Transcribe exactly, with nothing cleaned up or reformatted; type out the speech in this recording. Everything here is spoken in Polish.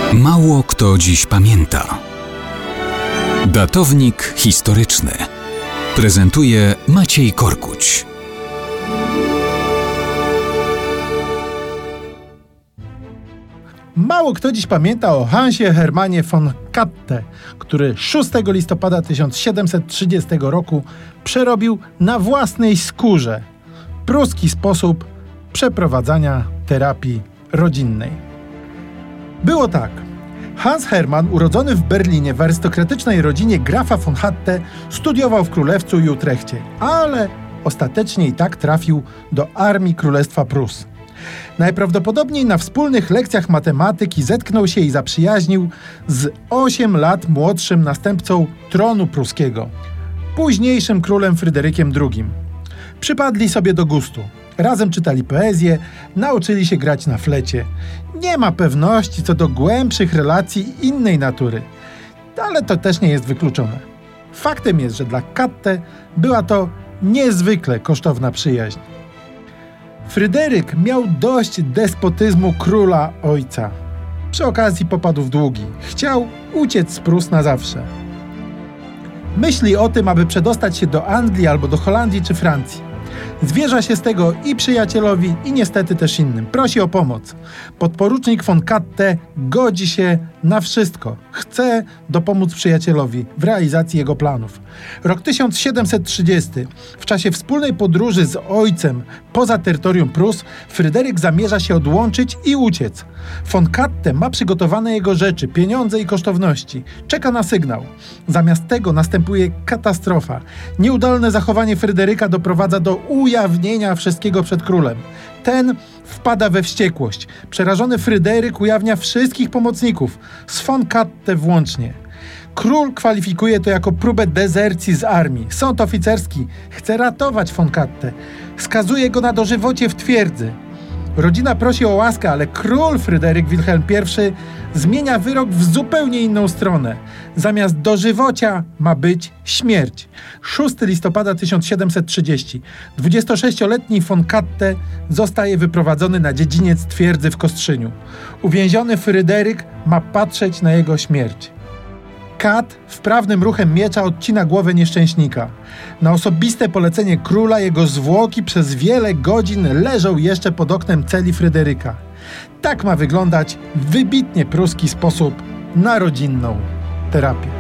Mało kto dziś pamięta. Datownik historyczny prezentuje Maciej Korkuć. Mało kto dziś pamięta o Hansie Hermannie von Katte, który szóstego listopada tysiąc siedemset trzydziestego roku przerobił na własnej skórze pruski sposób przeprowadzania terapii rodzinnej. Było tak. Hans Hermann, urodzony w Berlinie w arystokratycznej rodzinie grafa von Katte, studiował w Królewcu i Utrechcie, ale ostatecznie i tak trafił do armii Królestwa Prus. Najprawdopodobniej na wspólnych lekcjach matematyki zetknął się i zaprzyjaźnił z osiem lat młodszym następcą tronu pruskiego, późniejszym królem Fryderykiem drugim. Przypadli sobie do gustu. Razem czytali poezję, nauczyli się grać na flecie. Nie ma pewności co do głębszych relacji innej natury, ale to też nie jest wykluczone. Faktem jest, że dla Katte była to niezwykle kosztowna przyjaźń. Fryderyk miał dość despotyzmu króla ojca. Przy okazji popadł w długi. Chciał uciec z Prus na zawsze. Myśli o tym, aby przedostać się do Anglii albo do Holandii czy Francji. Zwierza się z tego i przyjacielowi, i niestety też innym. Prosi o pomoc. Podporucznik von Katte godzi się na wszystko. Chce dopomóc przyjacielowi w realizacji jego planów. Rok tysiąc siedemset trzydziesty. W czasie wspólnej podróży z ojcem poza terytorium Prus, Fryderyk zamierza się odłączyć i uciec. Von Katte ma przygotowane jego rzeczy, pieniądze i kosztowności. Czeka na sygnał. Zamiast tego następuje katastrofa. Nieudolne zachowanie Fryderyka doprowadza do ujawnienia wszystkiego przed królem. Ten wpada we wściekłość. Przerażony Fryderyk ujawnia wszystkich pomocników, z von Katte włącznie. Król kwalifikuje to jako próbę dezercji z armii. Sąd oficerski chce ratować von Katte. Skazuje go na dożywocie w twierdzy. Rodzina prosi o łaskę, ale król Fryderyk Wilhelm pierwszy zmienia wyrok w zupełnie inną stronę. Zamiast dożywocia ma być śmierć. szóstego listopada tysiąc siedemset trzydziestego. dwudziestosześcioletni von Katte zostaje wyprowadzony na dziedziniec twierdzy w Kostrzyniu. Uwięziony Fryderyk ma patrzeć na jego śmierć. Kat wprawnym ruchem miecza odcina głowę nieszczęśnika. Na osobiste polecenie króla jego zwłoki przez wiele godzin leżą jeszcze pod oknem celi Fryderyka. Tak ma wyglądać wybitnie pruski sposób na rodzinną terapię.